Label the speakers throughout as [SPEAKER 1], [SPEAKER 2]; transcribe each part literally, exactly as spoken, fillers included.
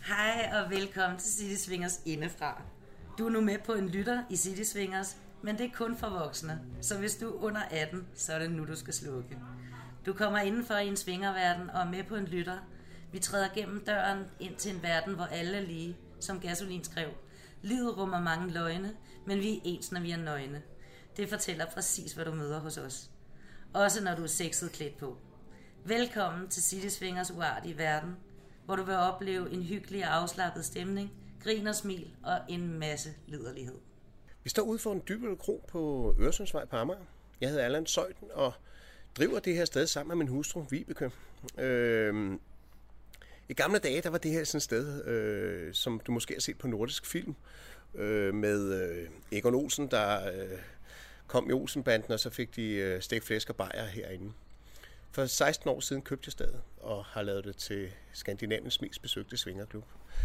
[SPEAKER 1] Hej og velkommen til City Swingers indefra. Du er nu med på en lytter i City Swingers, men det er kun for voksne. Så hvis du er under atten, så er det nu, du skal slukke. Du kommer indenfor i en svingerverden og er med på en lytter. Vi træder gennem døren ind til en verden, hvor alle er lige, som Gasolin skrev. Livet rummer mange løgne, men vi er ens, når vi er nøgne. Det fortæller præcis, hvad du møder hos os. Også når du er sexet klædt på. Velkommen til City Swingers uartige verden, hvor du vil opleve en hyggelig og afslappet stemning, grin og smil og en masse liderlighed.
[SPEAKER 2] Vi står ude for en Dybøl Kro på Øresundsvej på Amager. Jeg hedder Allan Zeuthen og driver det her sted sammen med min hustru, Vibeke. Øh, I gamle dage, der var det her sådan et sted, øh, som du måske har set på nordisk film, øh, med øh, Egon Olsen, der øh, kom i Olsenbanden, og så fik de øh, stegt flæsk og bajer herinde. For seksten år siden købte jeg stedet og har lavet det til Skandinaviens mest besøgte svingerklub.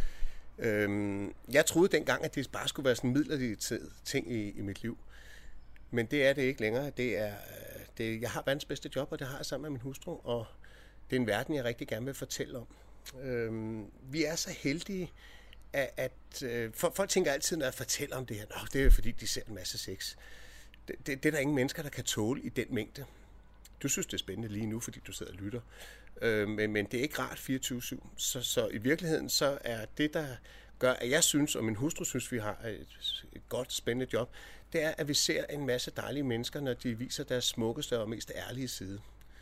[SPEAKER 2] Øhm, jeg troede dengang, at det bare skulle være sådan en midlertidig ting i, i mit liv. Men det er det ikke længere. Det er, det, jeg har verdens bedste job, og det har jeg sammen med min hustru, og det er en verden, jeg rigtig gerne vil fortælle om. Øhm, vi er så heldige, at, at øh, folk tænker altid, når jeg fortæller om det her, Nå, det er fordi, de ser en masse sex. Det, det, det er der ingen mennesker, der kan tåle i den mængde. Du synes, det er spændende lige nu, fordi du sidder og lytter. Øh, men, men det er ikke rart fireogtyve syv. Så, så i virkeligheden, så er det, der gør, at jeg synes, og min hustru synes, vi har et, et godt, spændende job, det er, at vi ser en masse dejlige mennesker, når de viser deres smukkeste og mest ærlige side.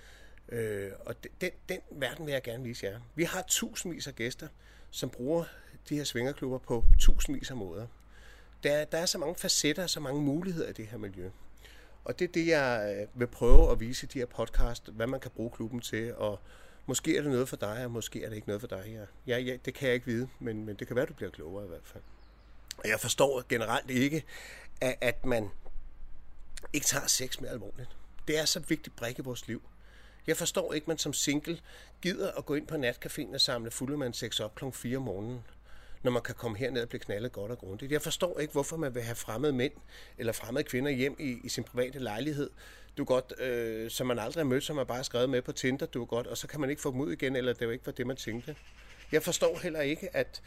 [SPEAKER 2] Øh, og den, den verden vil jeg gerne vise jer. Vi har tusindvis af gæster, som bruger de her svingerklubber på tusindvis af måder. Der, der er så mange facetter, så mange muligheder i det her miljø. Og det er det, jeg vil prøve at vise i de her podcast, hvad man kan bruge klubben til, og måske er det noget for dig, og måske er det ikke noget for dig. Ja, ja, ja, det kan jeg ikke vide, men, men det kan være, du bliver klogere i hvert fald. Og jeg forstår generelt ikke, at, at man ikke tager sex mere alvorligt. Det er så vigtigt brik i vores liv. Jeg forstår ikke, at man som single gider at gå ind på natcaféen og samle fuldemandssex op klokken fire om morgenen, når man kan komme herned og blive knaldet godt og grundigt. Jeg forstår ikke, hvorfor man vil have fremmede mænd eller fremmede kvinder hjem i, i sin private lejlighed. Du godt, øh, som man aldrig har mødt, som man bare har skrevet med på Tinder, du godt, og så kan man ikke få dem ud igen, eller det jo ikke var det, man tænkte. Jeg forstår heller ikke, at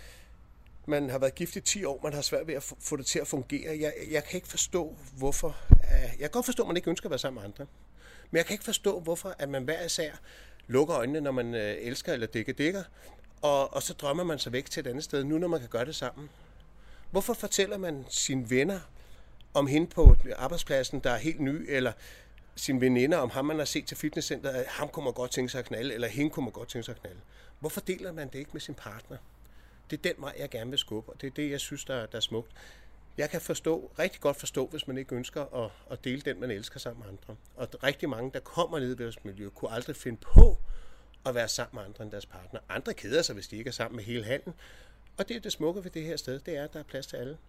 [SPEAKER 2] man har været gift i ti år, man har svært ved at få det til at fungere. Jeg, jeg kan ikke forstå, hvorfor... Jeg kan godt forstå, at man ikke ønsker at være sammen med andre. Men jeg kan ikke forstå, hvorfor at man hver især lukker øjnene, når man øh, elsker eller dækker dækker, Og, og så drømmer man sig væk til et andet sted, nu når man kan gøre det sammen. Hvorfor fortæller man sine venner om hende på arbejdspladsen, der er helt ny, eller sine veninder om ham, man har set til fitnesscenteret, at ham kunne man godt tænke sig at knalde, eller hende kunne man godt tænke sig at knalde? Hvorfor deler man det ikke med sin partner? Det er den vej, jeg gerne vil skubbe, og det er det, jeg synes, der er, der er smukt. Jeg kan forstå, rigtig godt forstå, hvis man ikke ønsker at, at dele den, man elsker sammen med andre. Og rigtig mange, der kommer ned i vores miljø, kunne aldrig finde på at være sammen med andre end deres partner. Andre keder sig, hvis de ikke er sammen med hele handen. Og det er det smukke ved det her sted, det er, at der er plads til alle.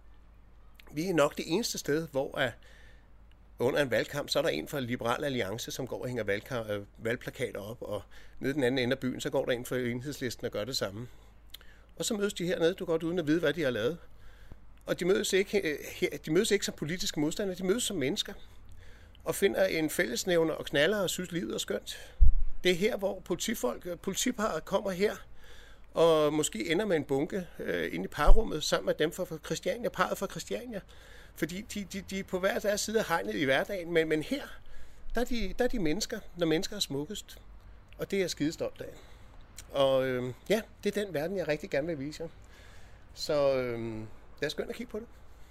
[SPEAKER 2] Vi er nok det eneste sted, hvor at under en valgkamp, så er der en fra Liberal Alliance, som går og hænger valgkamp, øh, valgplakater op, og nede i den anden ende af byen, så går der en fra Enhedslisten og gør det samme. Og så mødes de hernede, du godt uden at vide, hvad de har lavet. Og de mødes ikke, de mødes ikke som politiske modstandere, de mødes som mennesker. Og finder en fællesnævner og knaller og synes, livet er skønt. Det er her, hvor politifolk, politiparret kommer her, og måske ender med en bunke øh, inde i parrummet, sammen med dem fra Christiania, parret fra Christiania. Fordi de, de, de er på hver deres side af hegnet i hverdagen, men, men her, der er, de, der er de mennesker, når mennesker er smukkest. Og det er jeg skidestolt af. Og øh, ja, det er den verden, jeg rigtig gerne vil vise jer. Så øh, lad os gå ind og kigge på det.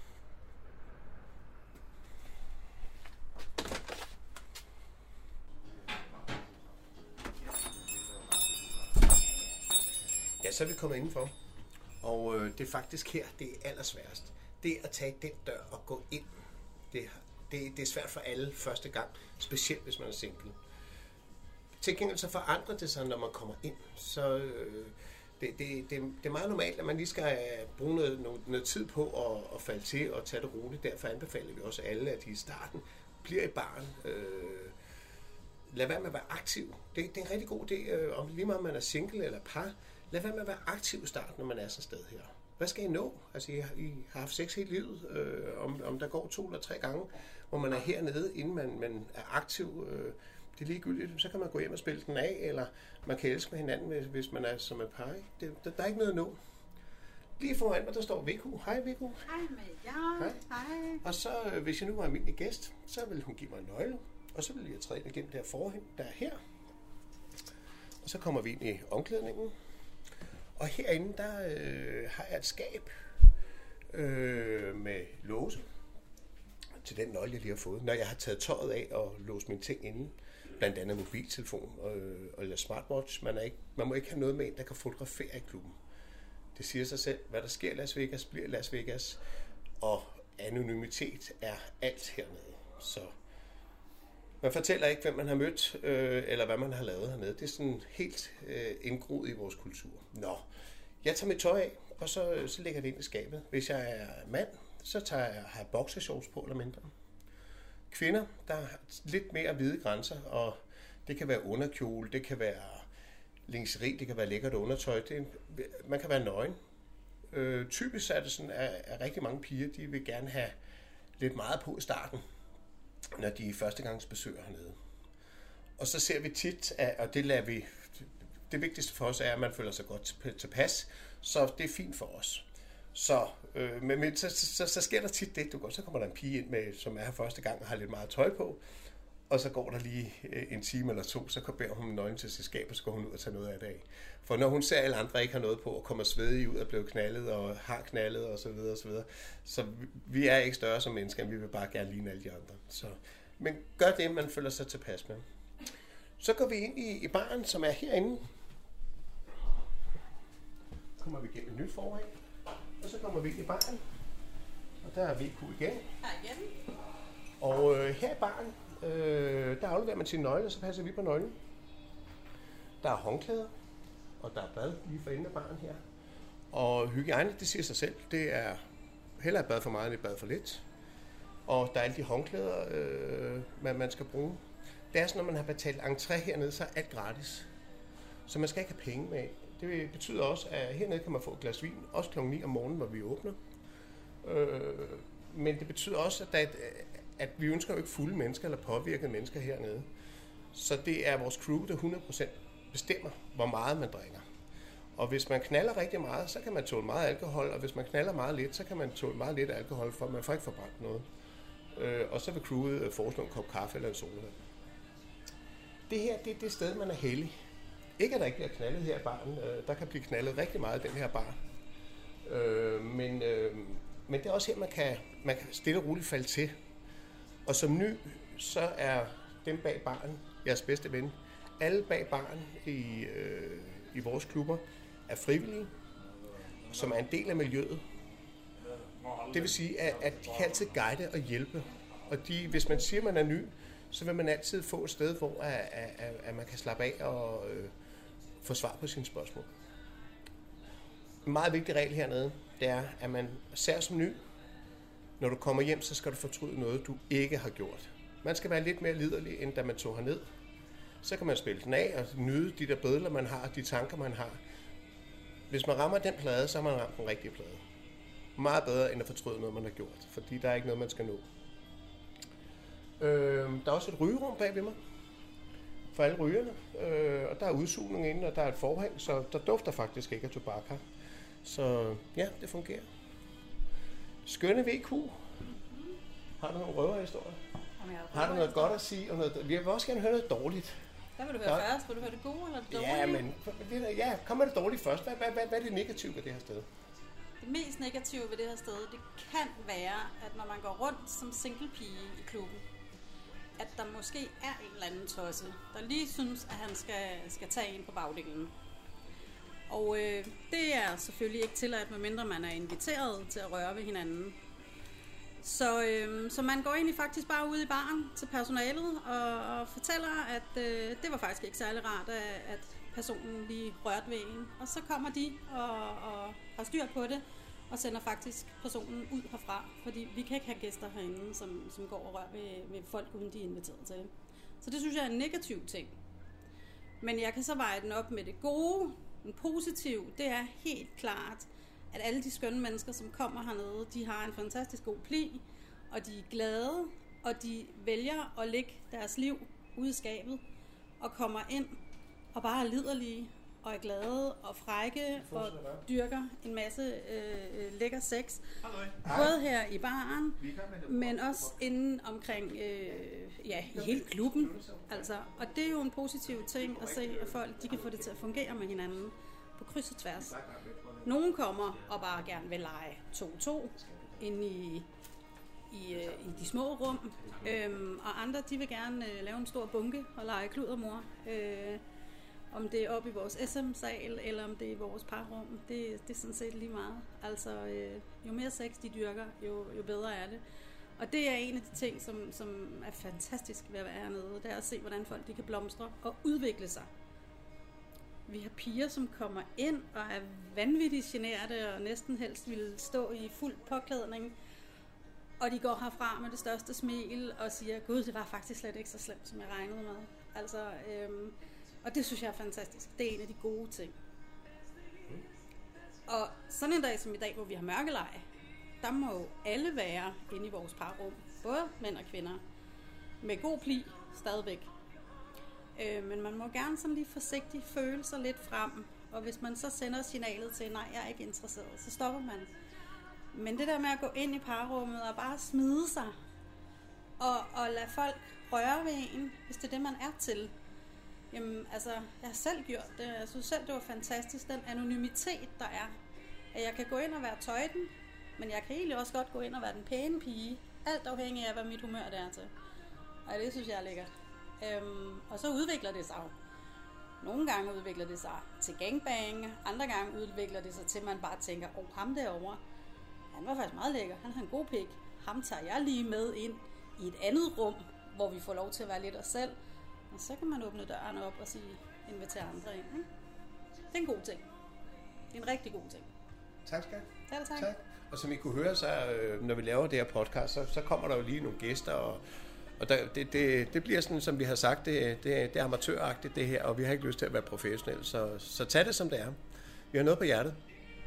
[SPEAKER 2] Ja, så er vi kommet indenfor, og øh, det er faktisk her, det er allersværest. Det er at tage den dør og gå ind. Det, det, det er svært for alle første gang, specielt hvis man er single. Til gengæld så forandrer det sig, når man kommer ind. Så øh, det, det, det, det er meget normalt, at man lige skal bruge noget, noget, noget tid på at, at falde til og tage det roligt. Derfor anbefaler vi også alle, at de i starten bliver i baren. Øh, lad være med at være aktiv. Det, det er en rigtig god idé, øh, om lige meget man er single eller par. Lad være med at være aktiv i starten, når man er sådan et sted her. Hvad skal I nå? Altså, I har, I har haft sex hele livet. Øh, om, om der går to eller tre gange, hvor man er hernede, inden man, man er aktiv. Øh, det er ligegyldigt. Så kan man gå hjem og spille den af, eller man kan elske med hinanden, hvis man er som et par. Det, der, der er ikke noget at nå. Lige foran mig, der står Viggo. Hej Viggo.
[SPEAKER 3] Hej med jer.
[SPEAKER 2] Hej.
[SPEAKER 3] Hej.
[SPEAKER 2] Og så, hvis jeg nu var almindelig gæst, så ville hun give mig en nøgle. Og så ville jeg træde ind igennem der forhæng, der er her. Og så kommer vi ind i omklædningen. Og herinde, der øh, har jeg et skab øh, med låse til den nøgle, jeg lige har fået. Når jeg har taget tøjet af og låst mine ting inde, blandt andet mobiltelefon øh, eller smartwatch. Man, er ikke, man må ikke have noget med en, der kan fotografere i klubben. Det siger sig selv, hvad der sker i Las Vegas, bliver Las Vegas, og anonymitet er alt hernede. Så man fortæller ikke, hvem man har mødt, øh, eller hvad man har lavet hernede. Det er sådan helt øh, indgroet i vores kultur. Nå, jeg tager mit tøj af, og så, så lægger jeg det ind i skabet. Hvis jeg er mand, så tager jeg, har jeg boxershorts på eller mindre. Kvinder, der har lidt mere hvide grænser, og det kan være underkjole, det kan være lingerie, det kan være lækkert undertøj. Det, man kan være nøgen. Øh, typisk er det sådan, at, at rigtig mange piger, de vil gerne have lidt meget på i starten, når de er førstegangsbesøger hernede. Og så ser vi tit, at, og det lader vi, det vigtigste for os er, at man føler sig godt tilpas, så det er fint for os. Så, øh, men så, så, så sker der tit det, du går, så kommer der en pige ind, med, som er her første gang og har lidt meget tøj på, og så går der lige en time eller to, så bærer hun nøglen til sit skab, og så går hun ud og tager noget af det af. For når hun ser, at alle andre ikke har noget på, og kommer svedige ud og bliver knaldet, og har knaldet, og så videre, og så videre. Så vi er ikke større som mennesker, end vi vil bare gerne ligne alle de andre. Så, men gør det, man føler sig tilpas med. Så går vi ind i, i baren, som er herinde. Så kommer vi igennem et nyt forhæng, og så kommer vi ind i baren. Og der er V Q igen.
[SPEAKER 3] Hej igen.
[SPEAKER 2] Og øh, her i baren, Øh, der afleverer man sin nøgle, og så passer vi på nøglen. Der er håndklæder, og der er bad lige for enden af baren her. Og hygiejne, det siger sig selv, det er hellere et bad for meget end et bad for lidt. Og der er alle de håndklæder, øh, man, man skal bruge. Det er sådan, når man har betalt entré hernede, så er alt gratis. Så man skal ikke have penge med. Det betyder også, at hernede kan man få et glas vin, også klokken ni om morgenen, hvor vi åbner. Øh, men det betyder også, at der er et, at vi ønsker jo ikke fulde mennesker eller påvirkede mennesker hernede. Så det er vores crew, der hundrede procent bestemmer, hvor meget man drikker. Og hvis man knaller rigtig meget, så kan man tåle meget alkohol, og hvis man knaller meget lidt, så kan man tåle meget lidt alkohol, for man får ikke forbrændt noget. Øh, og så vil crewet foreslå en kop kaffe eller en soda. Det her, det er det sted, man er heldig. Ikke at der ikke bliver knaldet her i baren. Øh, der kan blive knaldet rigtig meget i den her bar. Øh, men, øh, men det er også her, man kan, man kan stille og roligt falde til. Og som ny, så er dem bag baren jeres bedste ven. Alle bag baren i, øh, i vores klubber er frivillige, som er en del af miljøet. Det vil sige, at, at de kan altid guide og hjælpe. Og de, hvis man siger, at man er ny, så vil man altid få et sted, hvor at, at, at man kan slappe af og øh, få svar på sine spørgsmål. En meget vigtig regel hernede, det er, at man ser som ny, når du kommer hjem, så skal du fortryde noget, du ikke har gjort. Man skal være lidt mere liderlig, end da man tog herned. Så kan man spille den af og nyde de der bødler, man har, de tanker, man har. Hvis man rammer den plade, så har man ramt den rigtige plade. Meget bedre, end at fortryde noget, man har gjort, fordi der er ikke noget, man skal nå. Øh, der er også et rygerum bag ved mig, for alle rygerne, øh, og der er udsugning inde, og der er et forhæng, så der dufter faktisk ikke af tobak her. Så ja, det fungerer. Skønne V Q. Har du nogle røverhistorier? Har du noget godt at sige? Og noget, vi vil også gerne høre noget dårligt.
[SPEAKER 3] Hvad vil du høre ja. først? Vil du høre det gode eller det dårlige?
[SPEAKER 2] Ja, men ja, kom med det dårlige først. Hvad, hvad, hvad, hvad er det negative ved det her sted?
[SPEAKER 3] Det mest negative ved det her sted, det kan være, at når man går rundt som single pige i klubben, at der måske er en eller anden tosse, der lige synes, at han skal, skal tage en på bagdelen. Og øh, det er selvfølgelig ikke tilladt, medmindre man er inviteret til at røre ved hinanden. Så, øh, så man går egentlig faktisk bare ud i baren til personalet og, og fortæller, at øh, det var faktisk ikke særlig rart, at, at personen lige rørte ved en. Og så kommer de og, og har styr på det og sender faktisk personen ud herfra, fordi vi kan ikke have gæster herinde, som, som går og rører ved, ved folk, uden de er inviteret til det. Så det synes jeg er en negativ ting. Men jeg kan så veje den op med det gode. En positiv, det er helt klart, at alle de skønne mennesker, som kommer hernede, de har en fantastisk god pli, og de er glade, og de vælger at lægge deres liv ude i skabet, og kommer ind og bare er liderlige, og er glade og frække og dyrker en masse øh, lækker sex. Både her i baren, men også inde omkring øh, ja, i hele klubben. Altså, og det er jo en positiv ting at se, at folk de kan få det til at fungere med hinanden på kryds og tværs. Nogen kommer og bare gerne vil lege to-to inde i, i, i de små rum, øhm, og andre de vil gerne øh, lave en stor bunke og lege kludermor. Øh, om det er oppe i vores S M-sal, eller om det er i vores parrum, det, det er sådan set lige meget. Altså, øh, jo mere sex de dyrker, jo, jo bedre er det. Og det er en af de ting, som, som er fantastisk ved at være hernede, det er at se, hvordan folk de kan blomstre og udvikle sig. Vi har piger, som kommer ind og er vanvittigt generede og næsten helst vil stå i fuld påklædning. Og de går herfra med det største smil og siger, gud, det var faktisk slet ikke så slemt, som jeg regnede med. Altså, øhm, og det synes jeg er fantastisk. Det er en af de gode ting. Og sådan en dag som i dag, hvor vi har mørkeleje, der må jo alle være inde i vores parrum. Både mænd og kvinder. Med god pli stadigvæk. Øh, men man må gerne sådan lige forsigtigt føle sig lidt frem. Og hvis man så sender signalet til, nej, jeg er ikke interesseret, så stopper man. Men det der med at gå ind i parrummet og bare smide sig, og, og lade folk røre ved en, hvis det er det, man er til. Jamen, altså, jeg har selv gjort det. Jeg synes selv, det var fantastisk, den anonymitet, der er. At jeg kan gå ind og være tøjten, men jeg kan egentlig også godt gå ind og være den pæne pige. Alt afhængig af, hvad mit humør det er til. Og det synes jeg er lækkert. Øhm, og så udvikler det sig jo. Nogle gange udvikler det sig til gangbang, andre gange udvikler det sig til, at man bare tænker, åh, oh, ham derovre, han var faktisk meget lækker, han har en god pik. Ham tager jeg lige med ind i et andet rum, hvor vi får lov til at være lidt os selv. Og så kan man åbne døren op og sige, invitere andre ind. Ikke? Det er en god ting. Det er en rigtig god ting.
[SPEAKER 2] Tak skal
[SPEAKER 3] du have. Tak.
[SPEAKER 2] tak. Og som I kunne høre, så når vi laver det her podcast, så, så kommer der jo lige nogle gæster, og, og der, det, det, det bliver sådan, som vi har sagt, det, det, det er amatøragtigt det her, og vi har ikke lyst til at være professionelle, så, så tag det som det er. Vi har noget på hjertet.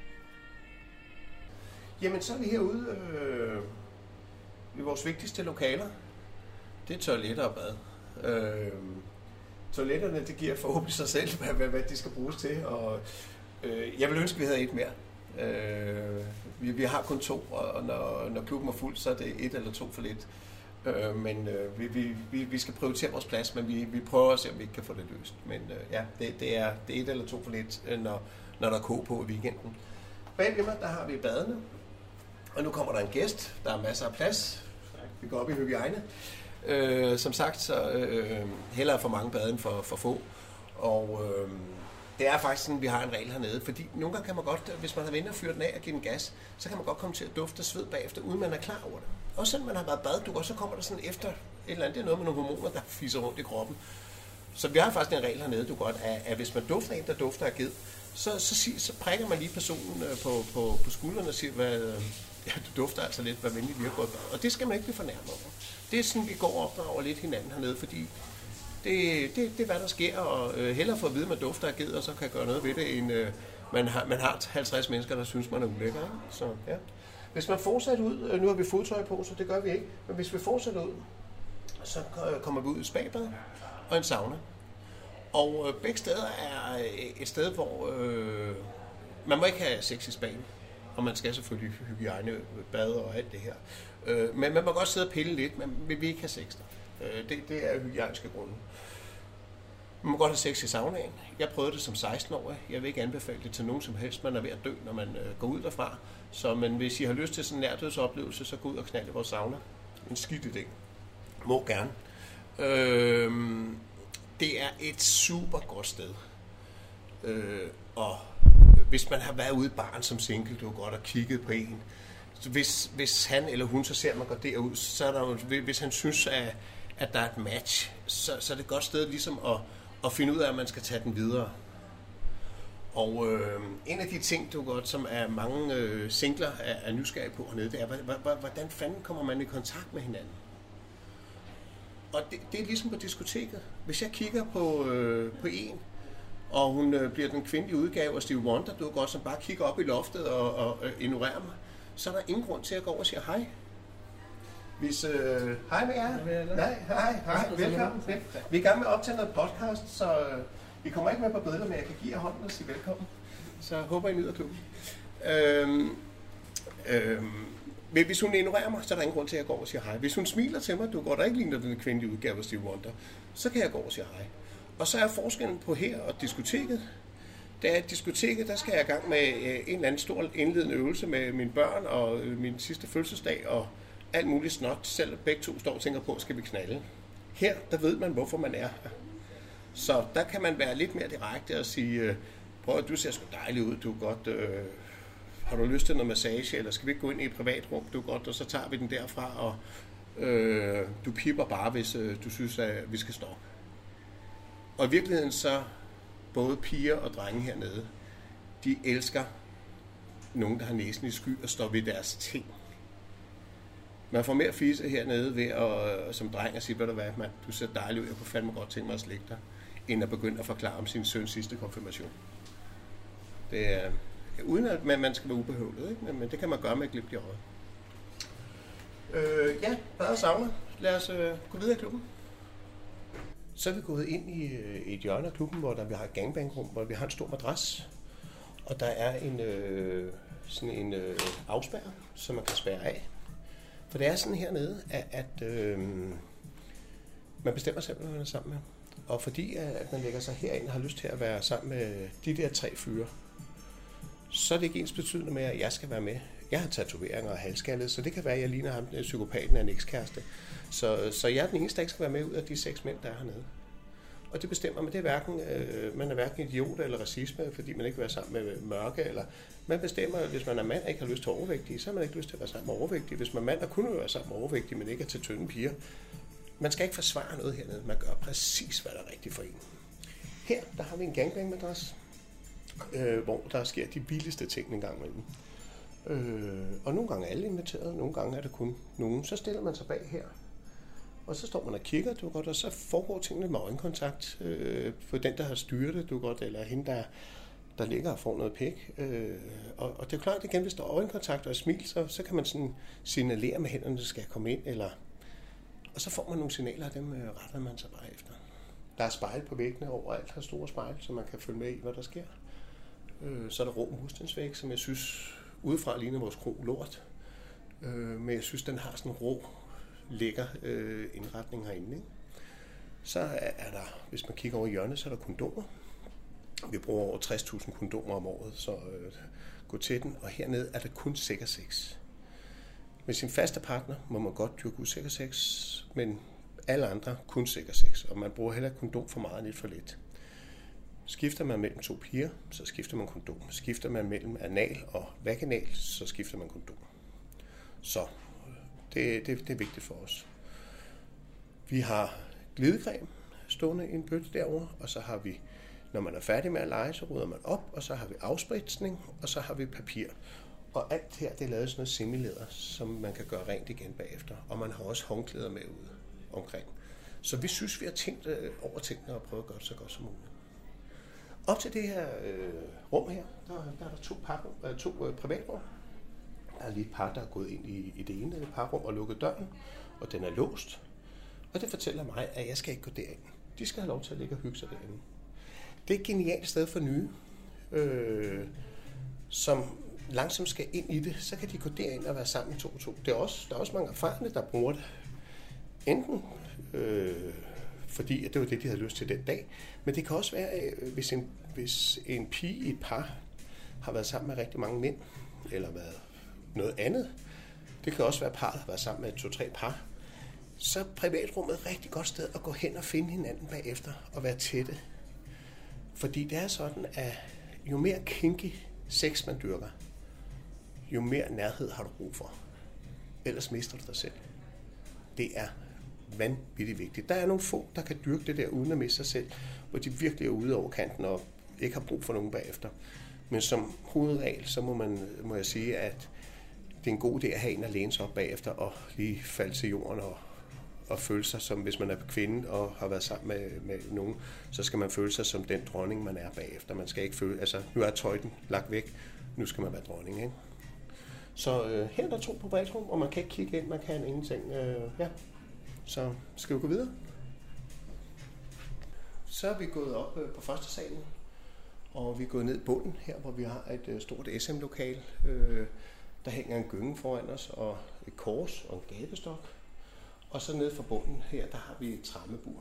[SPEAKER 2] Jamen, så er vi herude øh, i vores vigtigste lokaler. Det er toiletter og bad. Øh, toiletterne, det giver forhåbentlig sig selv, hvad, hvad, hvad de skal bruges til, og øh, jeg vil ønske, at vi havde et mere. Øh, vi, vi har kun to, og når, når klubben er fuld, så er det et eller to for lidt. Øh, men øh, vi, vi, vi, vi skal prioritere vores plads, men vi, vi prøver at se, om vi ikke kan få det løst. Men øh, ja, det, det, er, det er et eller to for lidt, når, når der er ko på i weekenden. Bag ved mig, der har vi badene. Og nu kommer der en gæst. Der er masser af plads. Vi går op i hygiejne. Øh, som sagt, så øh, hellere for mange bade end for, for få. Og øh, det er faktisk sådan, vi har en regel hernede. Fordi nogle gange kan man godt, hvis man har venner fyret den af og givet den gas, så kan man godt komme til at dufte sved bagefter, uden man er klar over det. Også selvom man har været bad, du går, så kommer der sådan efter et eller andet. Det er noget med nogle hormoner, der fiser rundt i kroppen. Så vi har faktisk en regel hernede, du godt, at, at hvis man dufter en, der dufter af ged, så, så, så, så prikker man lige personen på, på, på skulderen og siger, hvad, ja, du dufter altså lidt, hvad venlig vi har gået. Og det skal man ikke blive fornærmet over. Det er sådan, vi går og opdrager lidt hinanden hernede, fordi det, det, det er, hvad der sker, og øh, hellere få at vide, at man dufter af ged, og så kan gøre noget ved det, end øh, man, har, man har halvtreds mennesker, der synes, man er ulækker. Ikke? Så, ja. Hvis man fortsætter ud, øh, nu har vi fodtøj på, så det gør vi ikke, men hvis vi fortsætter ud, så kommer vi ud i spabad og en sauna. Og øh, begge steder er et sted, hvor øh, man må ikke have sex i spaden, og man skal selvfølgelig hygiejne, bad og alt det her. Øh, men man må godt sidde og pille lidt, men vi vil ikke have sex der. Øh, det, det er hygiejniske grunde. Man må godt have sex i saunaen. Jeg prøvede det som seksten-årig. Jeg vil ikke anbefale det til nogen som helst. Man er ved at dø, når man øh, går ud derfra. Så men hvis I har lyst til sådan en nærdødsoplevelse, så gå ud og knald i vores sauna. En skidt idé. Må gerne. Øh, det er et super godt sted. Øh, og hvis man har været ude i baren som single, du har godt og kigget på en. Så hvis, hvis han eller hun så ser, at man går derud, så er der jo, hvis han synes, at, at der er et match, så, så er det et godt sted ligesom at, at finde ud af, at man skal tage den videre. Og øh, en af de ting, du godt, som er mange øh, singler er, er nysgerrige på hernede, det er, hvordan fanden kommer man i kontakt med hinanden? Og det, det er ligesom på diskoteket. Hvis jeg kigger på, øh, på en, og hun øh, bliver den kvindelige udgave af Stevie Wonder, du godt, som bare kigger op i loftet og, og øh, ignorerer mig, så er der ingen grund til at gå over og sige hej. Hvis, øh, hej med jer. Nej, hej, hej, velkommen. Vi er i gang med at optage noget podcast, så øh, I kommer ikke med på billeder, men jeg kan give jer hånden og sige velkommen. Så jeg håber, I nyder klubben. Øhm, øhm, men hvis hun ignorerer mig, så er der ingen grund til, at jeg går og siger hej. Hvis hun smiler til mig, du går der ikke ligner den kvindelige udgave af Stevie Wonder, så kan jeg gå og sige hej. Og så er forskellen på her og diskoteket. Da jeg diskoteket, der skal jeg i gang med en eller anden stor indledende øvelse med mine børn og min sidste fødselsdag og alt muligt snot, selv begge to står og tænker på, skal vi knalde. Her, der ved man, hvorfor man er her. Så der kan man være lidt mere direkte og sige, prøv at du ser sgu dejlig ud, du er godt, øh, har du lyst til noget massage, eller skal vi ikke gå ind i et privat rum, du er godt, og så tager vi den derfra, og øh, du pipper bare, hvis øh, du synes, at vi skal stoppe. Og i virkeligheden så, både piger og drenge hernede, de elsker nogen, der har næsen i sky og står ved deres ting. Man får mere fisse hernede ved at, som dreng at sige, ved du hvad, mand, du ser dejlig ud, jeg kunne fandme godt tænke mig at slække dig, end at begynde at forklare om sin søns sidste konfirmation. Det er, uden at man, man skal være ubehøvlet, ikke? Men, men det kan man gøre med et glimt i øjet. Øh, ja, hvad er savner? Lad os øh, gå videre i klubben. Så er vi gået ind i øh, et hjørne af klubben, hvor der, vi har et gangbangrum, hvor vi har en stor madras, og der er en, øh, sådan en øh, afspærrer, som man kan spærre af. For det er sådan hernede, at, at øh, man bestemmer selv, hvad man er sammen med. Og fordi at man lægger sig herind og har lyst til at være sammen med de der tre fyre, så er det ikke ens betydende med, at jeg skal være med. Jeg har tatoveringer og halskaldet, så det kan være, at jeg ligner ham, psykopaten af en ekskæreste. Så, så jeg er den eneste, der ikke skal være med ud af de seks mænd, der er hernede. Og det bestemmer man. Det er hverken, øh, man er hverken idiot eller racisme, fordi man ikke vil være sammen med mørke. Eller man bestemmer, at hvis man er mand og ikke har lyst til overvægtige, så har man ikke lyst til at være sammen med overvægtige. Hvis man er mand og kun vil være sammen med overvægtige, men ikke er til tynde piger. Man skal ikke forsvare noget hernede. Man gør præcis, hvad der er rigtigt for en. Her, der har vi en gangbang-madras, øh, hvor der sker de vildeste ting en gang imellem. Øh, og nogle gange er alle inviteret, nogle gange er det kun nogen. Så stiller man sig bag her, og så står man og kigger, du godt, og så foregår tingene med øjenkontakt øh, for den, der har styret det, du godt, eller hende, der, der ligger og får noget pæk. Øh, og, og det er klart, igen, hvis der er øjenkontakt og smil, så, så kan man sådan signalere med hænderne, der skal komme ind, eller... Og så får man nogle signaler, og dem øh, retter man sig bare efter. Der er spejl på væggene overalt, har store spejl, så man kan følge med i, hvad der sker. Øh, så er der rå murstensvæg, som jeg synes udefra ligner vores kro lort. Øh, men jeg synes, den har sådan en rå, lækker øh, indretning herinde. Ikke? Så er der, hvis man kigger over hjørnet, så er der kondomer. Vi bruger over tres tusind kondomer om året, så øh, gå til den. Og hernede er der kun sikker sex. Med sin faste partner må man godt dyrke usikker sex, men alle andre kun sikker sex. Og man bruger heller kondom for meget, lidt for lidt. Skifter man mellem to piger, så skifter man kondom. Skifter man mellem anal og vaginal, så skifter man kondom. Så det, det, det er vigtigt for os. Vi har glidecreme stående i en bøtte derovre, og så har vi, når man er færdig med at lege, så rydder man op, og så har vi afspritsning, og så har vi papir. Og alt her, det er lavet sådan noget semilæder, som man kan gøre rent igen bagefter. Og man har også håndklæder med ude omkring. Så vi synes, vi har tænkt over tingene og prøvet at gøre det så godt som muligt. Op til det her øh, rum her, der, der er der to, par, øh, to øh, privatrum. Der er lige et par, der er gået ind i, i det ene af det parrum og lukket døren, og den er låst. Og det fortæller mig, at jeg skal ikke gå derind. De skal have lov til at ligge og hygge sig derinde. Det er et genialt sted for nye, øh, som langsomt skal ind i det, så kan de gå derind og være sammen to og to. Det er også, der er også mange erfarne, der bruger det. Enten øh, fordi at det var det, de havde lyst til den dag, men det kan også være, øh, hvis, en, hvis en pige i et par har været sammen med rigtig mange mænd, eller været noget andet. Det kan også være par, der har været sammen med to-tre par. Så er privatrummet et rigtig godt sted at gå hen og finde hinanden bagefter og være tætte. Fordi det er sådan, at jo mere kinky sex man dyrker, jo mere nærhed har du brug for. Ellers mister du dig selv. Det er vanvittigt vigtigt. Der er nogle få, der kan dyrke det der uden at miste sig selv, hvor de virkelig er ude over kanten og ikke har brug for nogen bagefter. Men som hovedregel, så må, man, må jeg sige, at det er en god idé at have en at læne sig op bagefter og lige falde til jorden og, og føle sig som, hvis man er kvinde og har været sammen med, med nogen, så skal man føle sig som den dronning, man er bagefter. Man skal ikke føle, altså nu er tøjten lagt væk, nu skal man være dronning, ikke? Så øh, her er der to på privatrum, og man kan ikke kigge ind, man kan ingenting. Øh, ja. Så skal vi gå videre? så er vi gået op øh, på første salen, og vi er gået ned i bunden her, hvor vi har et øh, stort S M-lokal. Øh, der hænger en gynge foran os, og et kors og en gabestok. Og så nede for bunden her, der har vi et trammebur.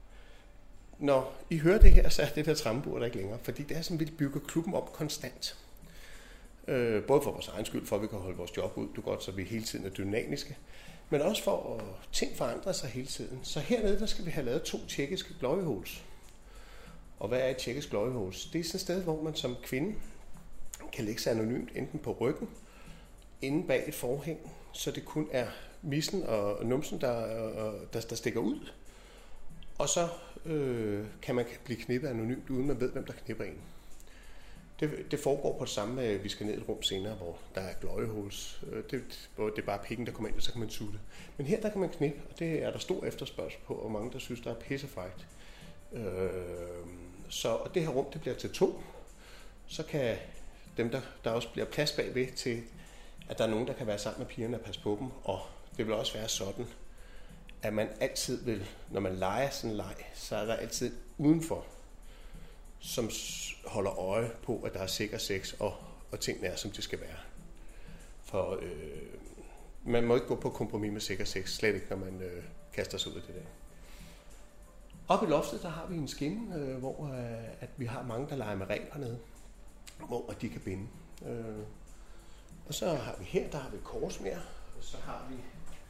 [SPEAKER 2] Når I hører det her, så er det der trammebur der ikke længere, fordi det er sådan, vi bygger klubben op konstant. Øh, både for vores egen skyld, for at vi kan holde vores job ud, du godt, så vi hele tiden er dynamiske, men også for at ting forandrer sig hele tiden. Så hernede, der skal vi have lavet to tjekkiske glory holes. Og hvad er et tjekkisk glory holes? Det er sådan et sted, hvor man som kvinde kan lægge sig anonymt, enten på ryggen, inde bag et forhæng, så det kun er missen og numsen, der, der, der stikker ud. Og så øh, kan man blive knippet anonymt, uden man ved, hvem der knipper en. Det, det foregår på det samme, at vi skal ned i et rum senere, hvor der er glory holes. Det, hvor det er bare pikken, der kommer ind, og så kan man sutte. Men her, der kan man knippe, og det er der stor efterspørgsel på, og mange, der synes, der er pissefrækt. Øh, så og det her rum, det bliver til to. Så kan dem, der, der også bliver plads bagved til, at der er nogen, der kan være sammen med pigerne og passe på dem. Og det vil også være sådan, at man altid vil, når man leger sådan en leg, så er der altid udenfor, som holder øje på, at der er sikker sex, og, og tingene er, som det skal være. For øh, man må ikke gå på kompromis med sikker sex, slet ikke, når man øh, kaster sig ud af det der. Oppe i loftet, der har vi en skinne, øh, hvor øh, at vi har mange, der leger med reb hernede, hvor de kan binde. Øh, og så har vi her, der har vi kors mere, og så har vi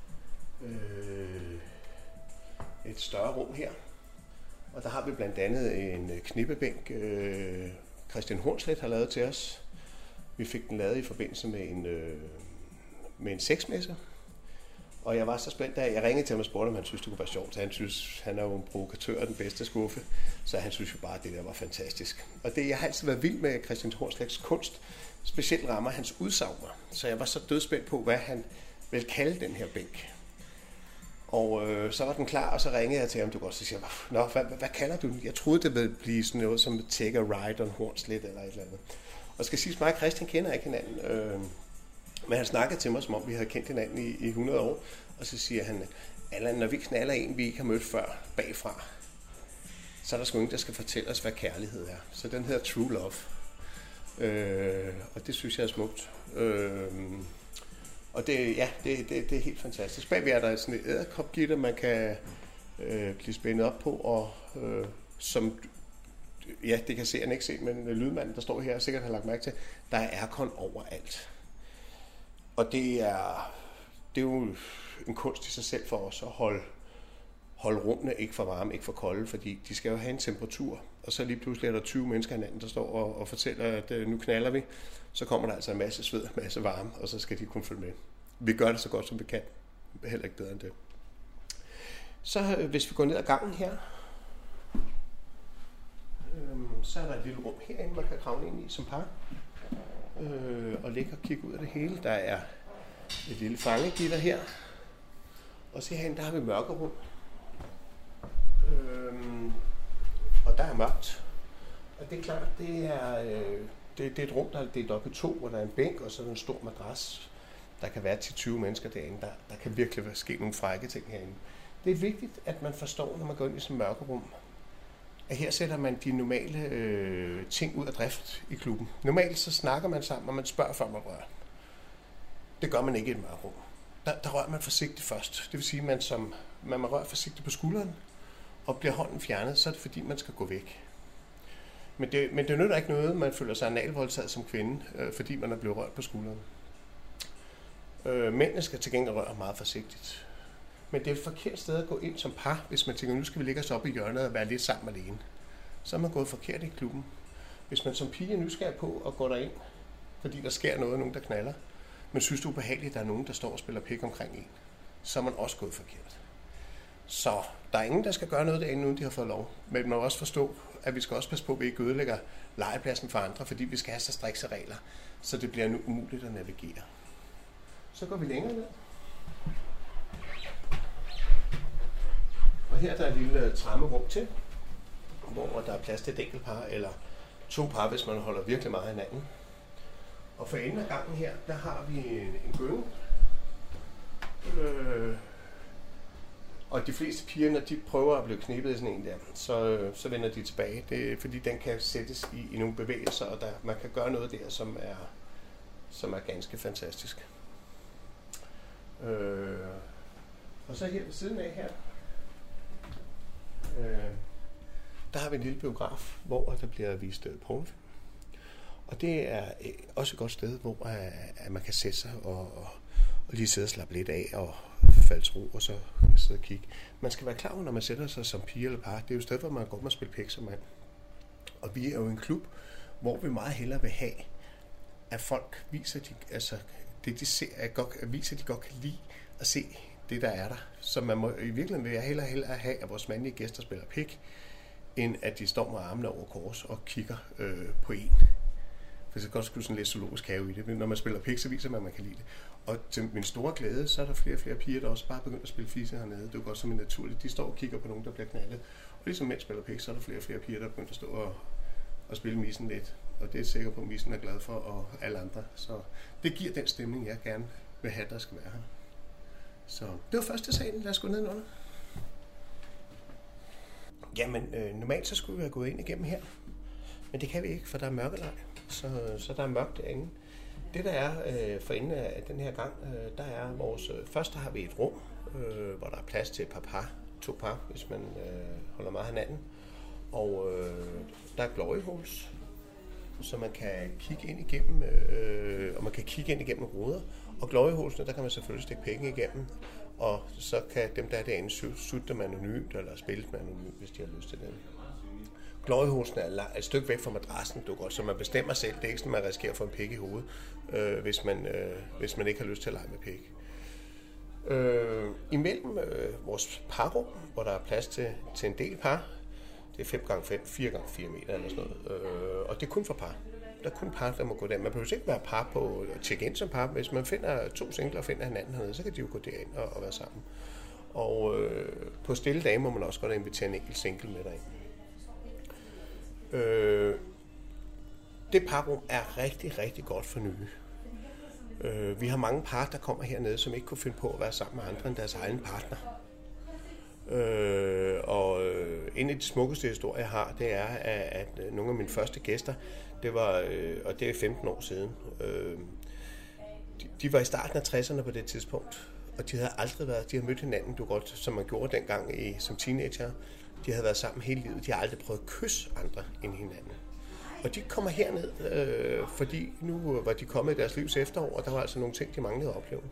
[SPEAKER 2] øh, et større rum her. Og der har vi blandt andet en knippebænk, øh, Christian Hornslet har lavet til os. Vi fik den lavet i forbindelse med en, øh, med en sexmesse. Og jeg var så spændt, da jeg ringede til ham og spurgte, om han synes, det kunne være sjovt. Så han synes, han er jo en provokatør af den bedste skuffe. Så han synes jo bare, at det der var fantastisk. Og det, jeg har altid været vild med Christian Hornslets kunst. Specielt rammer hans udsagner. Så jeg var så dødspændt på, hvad han vil kalde den her bænk. Og øh, så var den klar, og så ringede jeg til ham, du godt, så siger jeg, nå, hvad, hvad, hvad kalder du den? Jeg troede, det ville blive sådan noget som Take a Ride on Hornslet eller et eller andet. Og skal sige, mig og Christian kender ikke hinanden, øh, men han snakkede til mig, som om vi havde kendt hinanden i, i hundrede år, og så siger han, Allan, når vi knaller en, vi ikke har mødt før bagfra, så er der sgu ingen, der skal fortælle os, hvad kærlighed er. Så den hedder True Love, øh, og det synes jeg er smukt. Øh, Og det, ja, det, det, det er helt fantastisk. Bagved er der sådan et edderkopgitter, man kan øh, blive spændet op på, og øh, som, ja, det kan seeren ikke se, men lydmanden, der står her, sikkert har lagt mærke til, der er aircon overalt. Og det er, det er jo en kunst i sig selv for os at holde, holde rummene ikke for varme, ikke for kolde, fordi de skal jo have en temperatur. Og så lige pludselig er der tyve mennesker hinanden, der står og, og fortæller, at øh, nu knaller vi. Så kommer der altså en masse sved, en masse varme, og så skal de kunne følge med. Vi gør det så godt, som vi kan. Heller ikke bedre end det. Så øh, hvis vi går ned ad gangen her, øh, så er der et lille rum herinde, man kan kravle ind i som par. Øh, og ligge og kigge ud af det hele. Der er et lille fangegitter her. Og se herinde, der har vi mørkerum. Øh, og der er mørkt. Og det er klart, det er... Øh, Det, det er et rum, der er delt op i to, hvor der er en bænk, og så er der en stor madras. Der kan være ti til tyve mennesker derinde. Der, der kan virkelig ske nogle frække ting herinde. Det er vigtigt, at man forstår, når man går ind i sådan et mørkerum, at her sætter man de normale øh, ting ud af drift i klubben. Normalt så snakker man sammen, og man spørger, før man rører. Det gør man ikke i et mørkerum. Der, der rører man forsigtigt først. Det vil sige, at man, som, man, man rører forsigtigt på skulderen, og bliver hånden fjernet, så er det fordi, man skal gå væk. Men det, men det nytter ikke noget, man føler sig analvoldtaget som kvinde, øh, fordi man er blevet rørt på skulderen. Øh, mændene skal til gengæld røre meget forsigtigt. Men det er et forkert sted at gå ind som par, hvis man tænker, nu skal vi ligge os op i hjørnet og være lidt sammen alene. Så er man gået forkert i klubben. Hvis man som pige er nysgerrig på at gå derind, fordi der sker noget, nogen der knaller, men synes det er ubehageligt, at der er nogen, der står og spiller pik omkring en, så er man også gået forkert. Så der er ingen, der skal gøre noget derinde, uden de har fået lov. Men man må også forstå, at vi skal også passe på, at vi ikke ødelægger legepladsen for andre, fordi vi skal have så strikse regler, så det bliver nu umuligt at navigere. Så går vi længere ned. Og her der er et lille trammerum til, hvor der er plads til et enkelt par, eller to par, hvis man holder virkelig meget af hinanden. Og for enden af gangen her, der har vi en, en gynge. Øh, Og de fleste piger, når de prøver at blive knippet i sådan en der, så, så vender de tilbage. Det er, fordi den kan sættes i, i nogle bevægelser, og der, man kan gøre noget der, som er, som er ganske fantastisk. Øh, og så her ved siden af her, øh, der har vi en lille biograf, hvor der bliver vist pornofilm. Og det er også et godt sted, hvor at man kan sætte sig og, og, og lige sidde og slappe lidt af og falde til ro, og så sidde og kigge. Man skal være klar over, når man sætter sig som pige eller par, det er jo et sted, hvor man går med at spille pik som mand. Og vi er jo en klub, hvor vi meget hellere vil have, at folk viser, de, altså, det de ser, at, godt, at viser, at de godt kan lide at se det, der er der. Så man må i virkeligheden vil jeg hellere, hellere have, at vores mandlige gæster spiller pik, end at de står med armene over kors og kigger øh, på en. For så godt skulle sådan lidt zoologisk have i det. Når man spiller pik, så viser man, at man kan lide det. Og til min store glæde, så er der flere og flere piger, der også bare begynder at spille fisse hernede. Det er jo godt som en naturligt. De står og kigger på nogen, der bliver knaldet. Og ligesom mænd spiller pik, så er der flere og flere piger, der begynder at stå og, og spille missen lidt. Og det er jeg sikker på, at missen er glad for, og alle andre. Så det giver den stemning, jeg gerne vil have, der skal være her. Så det var første salen. Lad os gå nedenunder. Jamen, øh, normalt så skulle vi have gået ind igennem her. Men det kan vi ikke, for der er mørkelej. Så, så der er mørkt derinde. Det der er øh, for enden af den her gang, øh, der er vores... Øh, først der har vi et rum, øh, hvor der er plads til et par par, to par, hvis man øh, holder meget hinanden. Og øh, der er glory holes, så man kan kigge ind igennem, øh, og man kan kigge ind igennem ruder. Og glory holesene, der kan man selvfølgelig stikke penge igennem, og så kan dem, der er derinde, sutte dem anonymt, eller spille dem anonymt, hvis de har lyst til det. Gloryhosen er et stykke væk fra madrassen, du godt, så man bestemmer selv. Det er ikke sådan, man risikerer at få en pik i hovedet, øh, hvis, man, øh, hvis man ikke har lyst til at lege med pik. Øh, imellem øh, vores parrum, hvor der er plads til, til en del par, det er fem gange fem, fire gange fire meter eller sådan noget, øh, og det er kun for par. Der er kun par, der må gå derind. Man behøver ikke være par på at tjekke ind som par. Hvis man finder to singler og finder hinanden hernede, så kan de jo gå derind og, og være sammen. Og øh, på stille dage må man også godt invitere en enkelt single med derind. Øh, det parrum er rigtig, rigtig godt for nye. Øh, vi har mange par, der kommer hernede, som ikke kunne finde på at være sammen med andre end deres egen partner. Øh, og øh, en af de smukkeste historier, jeg har, det er, at, at nogle af mine første gæster, det var, øh, og det er femten år siden, øh, de, de var i starten af tresserne på det tidspunkt, og de havde aldrig været, de havde mødt hinanden, du godt, som man gjorde dengang i, som teenager. De havde været sammen hele livet. De har aldrig prøvet at kysse andre end hinanden. Og de kommer herned, øh, fordi nu var de kommet i deres livs efterår, og der var altså nogle ting, de manglede at opleve.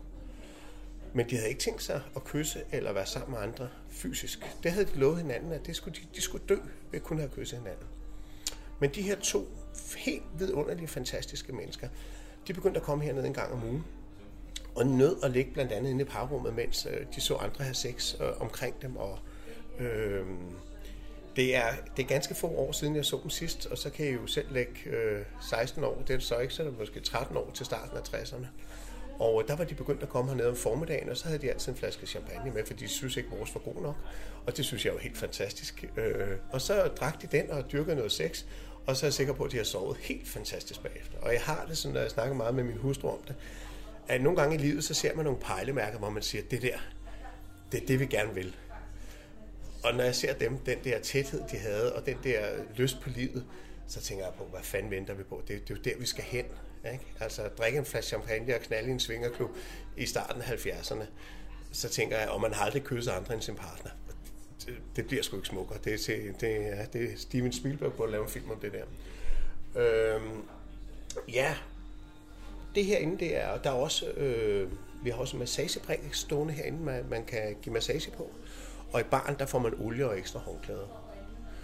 [SPEAKER 2] Men de havde ikke tænkt sig at kysse eller være sammen med andre fysisk. Det havde de lovet hinanden, at det skulle de, de skulle dø ved kun at have kysset hinanden. Men de her to helt vidunderlige, fantastiske mennesker, de begyndte at komme herned en gang om ugen. Og nød at ligge blandt andet inde i parrummet, mens øh, de så andre have sex øh, omkring dem, og Øh, det, er, det er ganske få år siden, jeg så dem sidst, og så kan I jo selv lægge øh, seksten år, det er så ikke, så er det måske tretten år til starten af tresserne. Og der var de begyndt at komme hernede om formiddagen, og så havde de altid en flaske champagne med, fordi de synes ikke, vores var god nok. Og det synes jeg jo helt fantastisk. Øh, og så drak de den og dyrkede noget sex, og så er jeg sikker på, at de har sovet helt fantastisk bagefter. Og jeg har det sådan, når jeg snakker meget med min hustru om det, at nogle gange i livet, så ser man nogle pejlemærker, hvor man siger, det der, det er det, vi gerne vil. Og når jeg ser dem, den der tæthed, de havde, og den der lyst på livet, så tænker jeg på, hvad fanden venter vi på? Det, det er jo der, vi skal hen. Ikke? Altså, drikke en flaske champagne og knalde i en svingerklub i starten af halvfjerdserne, så tænker jeg, om man har aldrig kysset andre end sin partner. Det, det bliver sgu ikke smukkere. Det, det, det, ja, det er Steven Spielberg på at lave en film om det der. Øhm, ja, det herinde, det er, der er også, øh, vi har også en massagebræk stående herinde, man, man kan give massage på. Og i baren, der får man olie og ekstra håndklæder.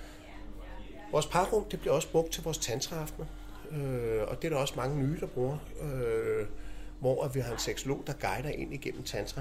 [SPEAKER 2] Vores parrum, det bliver også brugt til vores tantraaftener. Øh, og det er der også mange nye, der bruger. Øh, hvor vi har en seksolog, der guider ind igennem tantra.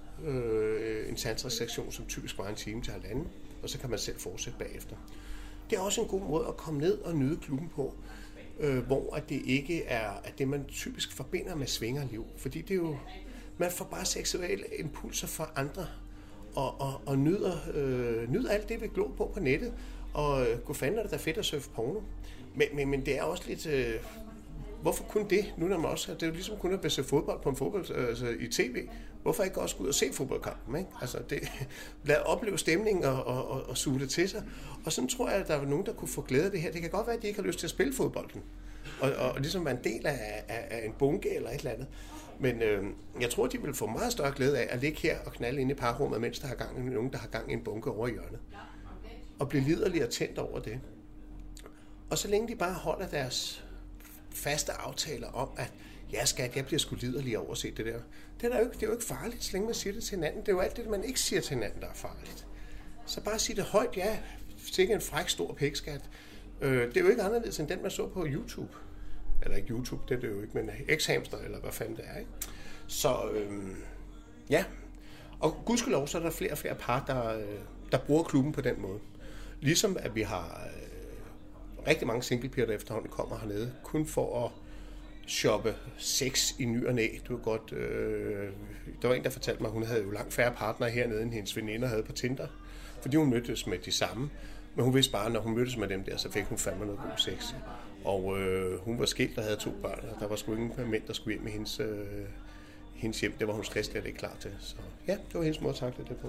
[SPEAKER 2] Øh, en tantra-sektion, som typisk var en time til halvanden. Og så kan man selv fortsætte bagefter. Det er også en god måde at komme ned og nyde klubben på. Øh, hvor at det ikke er at det, man typisk forbinder med svingerliv. Fordi det er jo, man får bare seksuelle impulser fra andre. Og, og, og nyder, øh, nyder alt det, vi glor på på nettet. Og øh, god fanden er det da fedt at surfe porno. Men, men, men det er også lidt... Øh, hvorfor kun det? Nu når man også, det er jo ligesom kun at se fodbold på en fodbold, altså i tv. Hvorfor ikke også gå ud og se fodboldkampen? Ikke? Altså det, lad opleve stemningen og, og, og, og suge det til sig. Og sådan tror jeg, at der var nogen, der kunne få glæde af det her. Det kan godt være, at de ikke har lyst til at spille fodbolden. Og, og, og ligesom være en del af, af, af en bunke eller et eller andet. Men øh, jeg tror, de vil få meget større glæde af at ligge her og knalde ind i parrummet, mens der har gang i nogen, der har gang i en bunke over i hjørnet. Og blive liderlig og tændt over det. Og så længe de bare holder deres faste aftaler om, at ja skat, jeg bliver sgu liderlig over at se det der. Det er, jo ikke, det er jo ikke farligt, så længe man siger det til hinanden. Det er jo alt det, man ikke siger til hinanden, der er farligt. Så bare sige det højt, ja, sikkert en fræk stor pækskat. Øh, det er jo ikke anderledes end den, man så på YouTube. Eller ikke YouTube, det er det jo ikke, men X-hamster, eller hvad fanden det er, ikke? Så øh, ja, og gudskelov, så er der flere og flere par, der, der bruger klubben på den måde. Ligesom at vi har øh, rigtig mange singlepiger, der efterhånden kommer hernede, kun for at shoppe sex i ny og næ. Du er godt, øh, der var en, der fortalte mig, at hun havde jo langt færre partnere hernede, end hendes veninder havde på Tinder, fordi hun mødtes med de samme. Men hun vidste bare, at når hun mødtes med dem der, så fik hun fandme noget god sex. Og øh, hun var skilt og havde to børn, og der var sgu ingen mænd, der skulle hjem i hendes, øh, hendes hjem. Det var hun slet slet ikke klar til. Så ja, det var hendes måde at takle det på.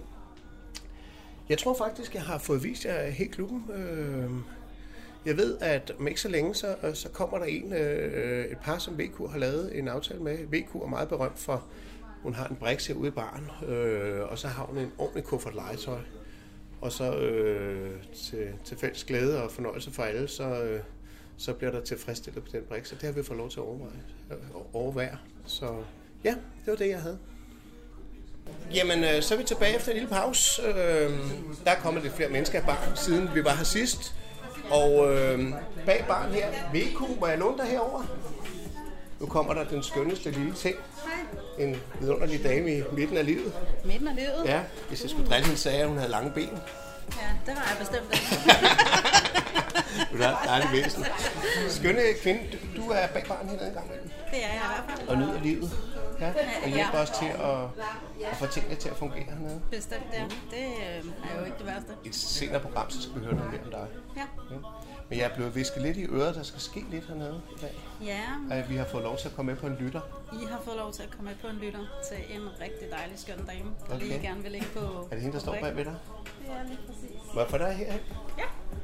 [SPEAKER 2] Jeg tror faktisk, jeg har fået vist jer hele klubben. Øh, jeg ved, at om ikke så længe, så, så kommer der en, øh, et par, som V Q har lavet en aftale med. V Q er meget berømt for, hun har en briks herude i baren, øh, og så har hun en ordentlig kuffert legetøj. Og så øh, til, til fælles glæde og fornøjelse for alle, så, øh, så bliver der tilfredsstillet på den brik. Så det har vi fået lov til at overveje, overvære. Så ja, det var det, jeg havde. Jamen, øh, så er vi tilbage efter en lille pause. Øh, der er kommet lidt flere mennesker i baren, siden vi var her sidst. Og øh, bag baren her, V Q, må jeg låne dig herover? Nu kommer der den skønneste lille ting. Hej. En vidunderlig dame i midten af livet.
[SPEAKER 3] Midten af livet?
[SPEAKER 2] Ja, hvis jeg skulle drille hende, sagde at hun havde lange ben.
[SPEAKER 3] Ja, det har jeg bestemt ikke.
[SPEAKER 2] Du er dejlig væsen. Skønne kvinde, du er bag baren hernede en gang imellem.
[SPEAKER 3] Det er jeg i hvert fald.
[SPEAKER 2] Og nyder livet. Ja, og hjælper os til at, at få tingene til at fungere hernede.
[SPEAKER 3] Bestemt, ja. Det er jo ikke det værste.
[SPEAKER 2] I et senere program, så skal vi høre noget mere om dig.
[SPEAKER 3] Ja.
[SPEAKER 2] Ja. Men jeg er blevet visket lidt i øret, der skal ske lidt hernede i dag.
[SPEAKER 3] Ja.
[SPEAKER 2] At vi har fået lov til at komme med på en lytter.
[SPEAKER 3] I har fået lov til at komme med på en lytter til en rigtig dejlig skøn dame, der
[SPEAKER 2] Okay.
[SPEAKER 3] lige gerne vil ligge på.
[SPEAKER 2] Er det hende, der står bag ved dig?
[SPEAKER 3] Det er lige præcis.
[SPEAKER 2] Må jeg få dig herhen?
[SPEAKER 3] Ja.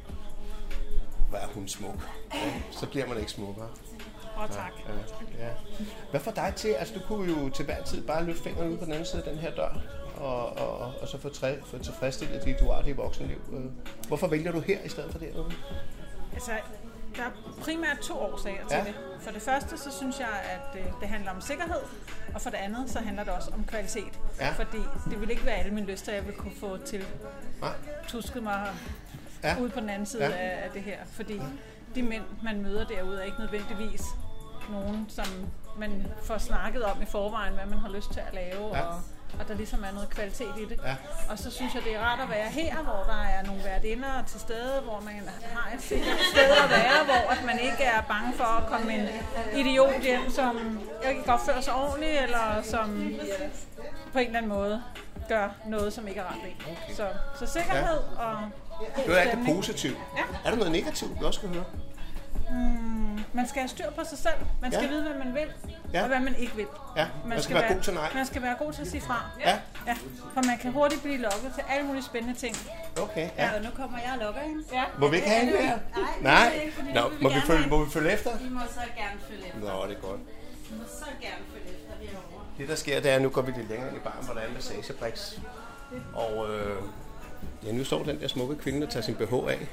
[SPEAKER 2] Hvor er hun smuk. Ja, så bliver man ikke smukkere.
[SPEAKER 3] Åh, tak.
[SPEAKER 2] Ja, ja. Hvad får dig til? Altså, du kunne jo til hver tid bare løfte fingeren ud på den anden side af den her dør, og, og, og så få, træ, få tilfredsstillet dit duarte voksenliv. Hvorfor vælger du her i stedet for derude?
[SPEAKER 4] Altså, der er primært to årsager til
[SPEAKER 2] Ja.
[SPEAKER 4] det. For det første, så synes jeg, at øh, det handler om sikkerhed, og for det andet, så handler det også om kvalitet.
[SPEAKER 2] Ja.
[SPEAKER 4] Fordi det ville ikke være alle mine lyster, jeg ville kunne få til
[SPEAKER 2] Nej.
[SPEAKER 4] tusket mig
[SPEAKER 2] Ja.
[SPEAKER 4] ude på den anden side
[SPEAKER 2] Ja.
[SPEAKER 4] af, af det her. Fordi de mænd, man møder derude, er ikke nødvendigvis nogen, som man får snakket om i forvejen, hvad man har lyst til at lave,
[SPEAKER 2] Ja.
[SPEAKER 4] og, og der ligesom er noget kvalitet i det.
[SPEAKER 2] Ja.
[SPEAKER 4] Og så synes jeg, det er rart at være her, hvor der er nogle værtinder til stede, hvor man har et sikkert sted at være, hvor at man ikke er bange for at komme en idiot hjem, som ikke kan opføre sig ordentligt, eller som på en eller anden måde gør noget, som ikke er ret ved.
[SPEAKER 2] Okay.
[SPEAKER 4] Så, så sikkerhed ja. og
[SPEAKER 2] Du er alt det
[SPEAKER 4] stemning.
[SPEAKER 2] positivt.
[SPEAKER 4] Ja.
[SPEAKER 2] Er der noget negativt, du også skal høre?
[SPEAKER 4] Mm, man skal have styr på sig selv. Man skal
[SPEAKER 2] Ja.
[SPEAKER 4] vide, hvad man vil,
[SPEAKER 2] Ja.
[SPEAKER 4] og hvad man ikke vil.
[SPEAKER 2] Ja, man skal være god til nej.
[SPEAKER 4] Man skal være god til at sige fra.
[SPEAKER 2] Ja.
[SPEAKER 4] Ja, for man kan hurtigt blive lokket til alle mulige spændende ting.
[SPEAKER 2] Okay, ja.
[SPEAKER 3] Og nu kommer jeg og lukker hende.
[SPEAKER 4] Ja.
[SPEAKER 2] Må vi ikke have en mere?
[SPEAKER 3] Nej, det er ikke, fordi
[SPEAKER 2] Nå,
[SPEAKER 3] vi vil
[SPEAKER 2] må vi,
[SPEAKER 3] gerne
[SPEAKER 2] følge,
[SPEAKER 3] have-
[SPEAKER 2] må vi følge efter?
[SPEAKER 3] I må så gerne følge efter.
[SPEAKER 2] Nå, det er godt.
[SPEAKER 3] I må så gerne følge efter herovre.
[SPEAKER 2] Det der sker, det er, at nu går vi lidt længere ind i baren, hvor der er en massagebriks. Og øh, ja, nu står den der smukke kvinde og tager sin B H af.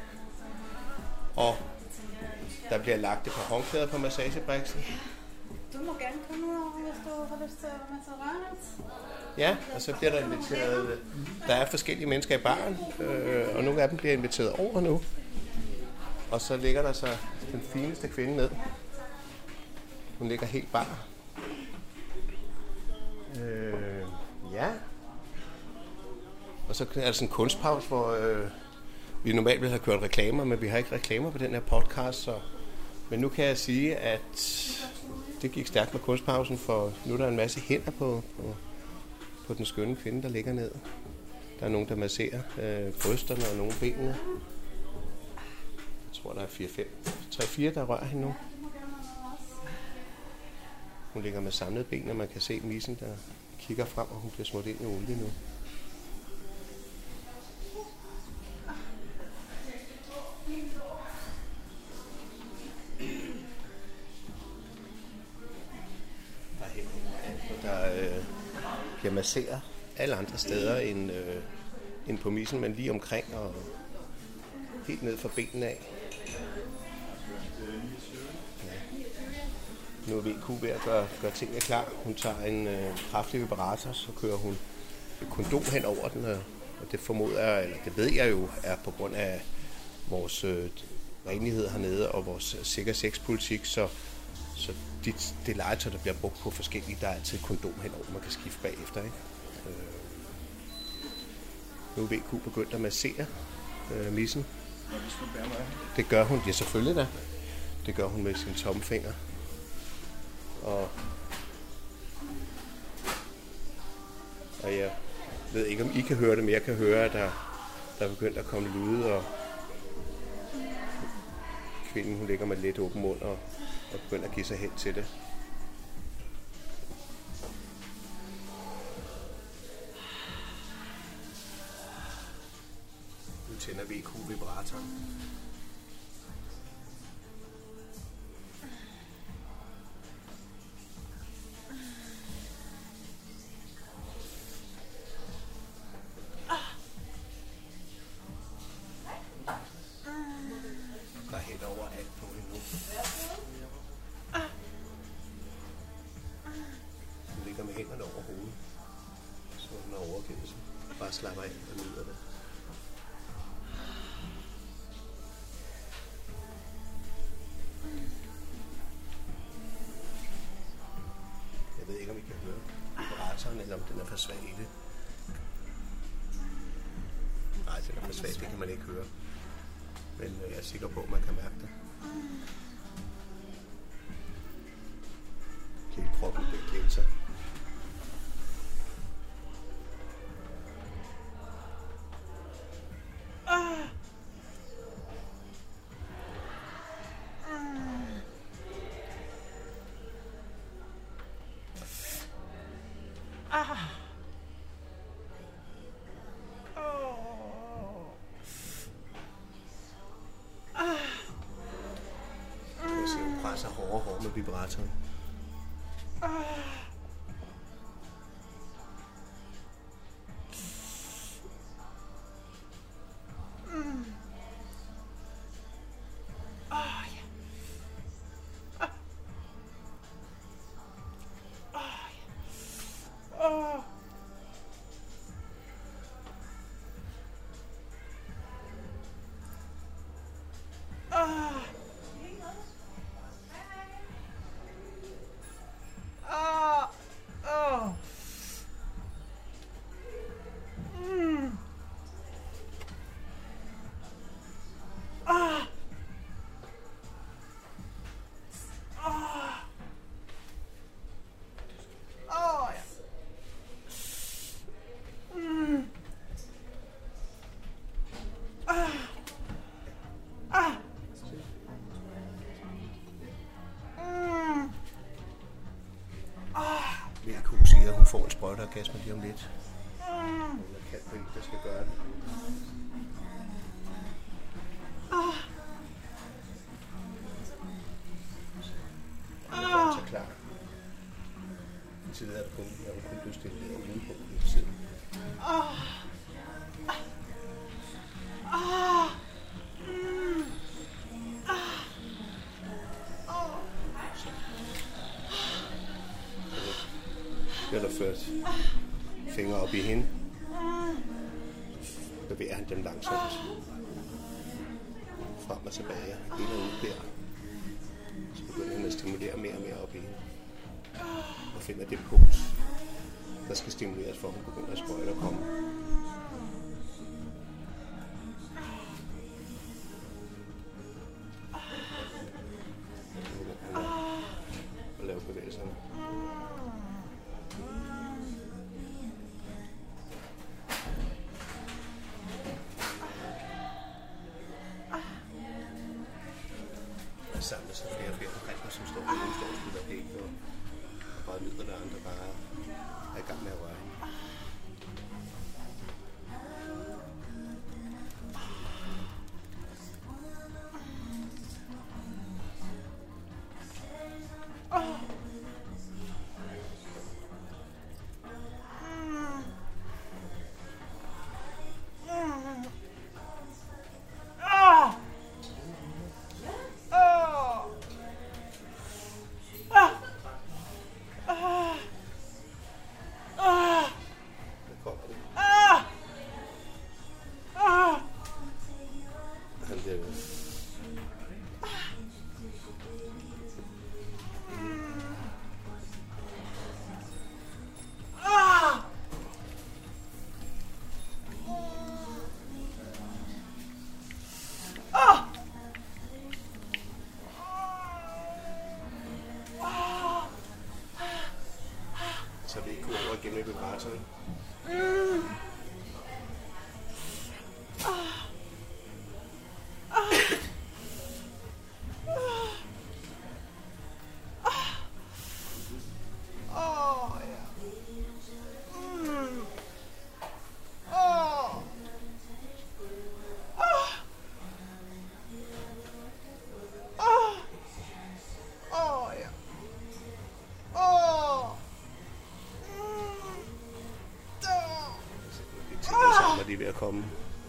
[SPEAKER 2] Og der bliver lagt et par håndklæder på massagebriksen.
[SPEAKER 3] Du må gerne komme over, hvis du har lyst til at være med til Rørnet.
[SPEAKER 2] Ja, og så bliver der inviteret. Der er forskellige mennesker i baren, øh, og nogle af dem bliver inviteret over nu. Og så ligger der så den fineste kvinde ned. Hun ligger helt bar. Øh, ja. Og så er der sådan en kunstpause, hvor øh, vi normalt ville have kørt reklamer, men vi har ikke reklamer på den her podcast. Så. Men nu kan jeg sige, at det gik stærkt med kunstpausen, for nu er der en masse hænder på, på, på den skønne kvinde, der ligger ned. Der er nogen, der masserer øh, brysterne og nogle benene. Jeg tror, der er fire fem, tre fire, der rører hende nu. Hun ligger med samlede ben, og man kan se missen, der kigger frem, og hun bliver smurt ind i olie nu. Der er helt overalt, der øh, bliver masseret alle andre steder end, øh, end på missen, men lige omkring og helt ned fra benene af. Nu er V Q ved at gøre, gøre tingene klar. Hun tager en øh, kraftig vibrator, så kører hun et kondom hen over den, og det formoder jeg, eller det ved jeg jo, er på grund af vores øh, renlighed hernede og vores sikker sexpolitik, så, så det, det legetøj, der bliver brugt på forskellige, der er altid et kondom hen over, man kan skifte bagefter. Ikke? Øh, nu er V Q begyndt at massere øh, missen. Det gør hun, ja selvfølgelig da. Det gør hun med sin tommelfinger. Og, og jeg ved ikke, om I kan høre det, men jeg kan høre, at der, der er begyndt at komme lyde, og kvinden hun ligger med lidt åben mund og, og begynder at give sig hen til det. Nu tænder V Q-vibratoren. Bare slapper af og nyder det. Jeg ved ikke, om I kan høre vibratoren, eller om den er for svag i det. Nej, den er for svag, det kan man ikke høre. Men jeg er sikker på, at man kan mærke det. Hele kroppen bliver klemt sig. Presser hårdere og hårdere med vibratoren. Hun får en sprøjteorgasme lige om lidt. Hun er kaldt på en, der skal gøre det. Hun er godt så klar. Indtil det er kun, at hun kun bliver stillet og ude på hele tiden. Bliver der ført fingre op i hende, bevæger han dem langsomt frem og tilbage, ind og ud der. Så begynder han at stimulere mere og mere op i hende, og finder det punkt, der skal stimuleres, for at hun begynder at sprøjte og komme. Og lave bevægelserne. Der samler sig flere og flere omkring mig, som står på en stor spiller pæk. tager V K over igen med vibratoren.
[SPEAKER 4] Mm. Ah. Ah. Åh, ja. Mm. Åh. Åh. Åh. Åh, ja. Åh. Mm.
[SPEAKER 2] Det tænker sammen, at de er ved at komme.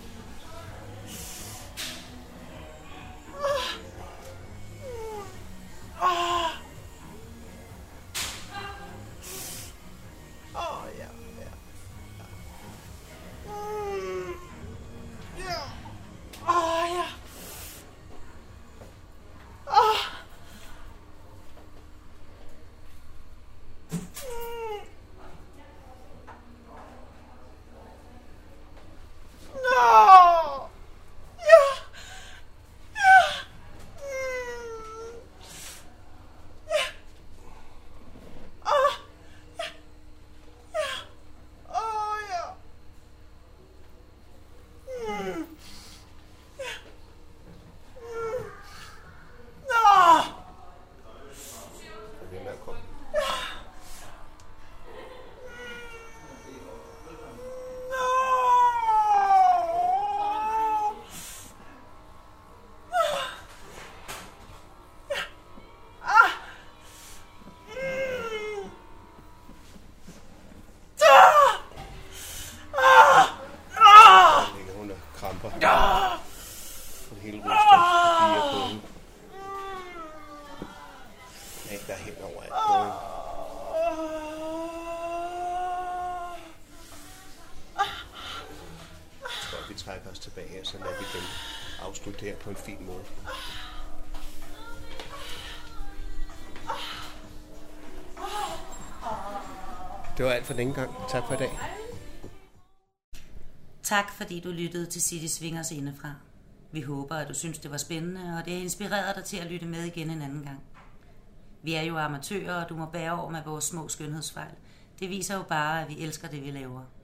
[SPEAKER 2] Trækker os tilbage, så lader vi dem afslutte her på en fin måde. Det var alt for denne gang. Tak for i dag.
[SPEAKER 1] Tak fordi du lyttede til City Swingers indefra. Vi håber, at du synes, det var spændende, og det har inspireret dig til at lytte med igen en anden gang. Vi er jo amatører, og du må bære over med vores små skønhedsfejl. Det viser jo bare, at vi elsker det, vi laver.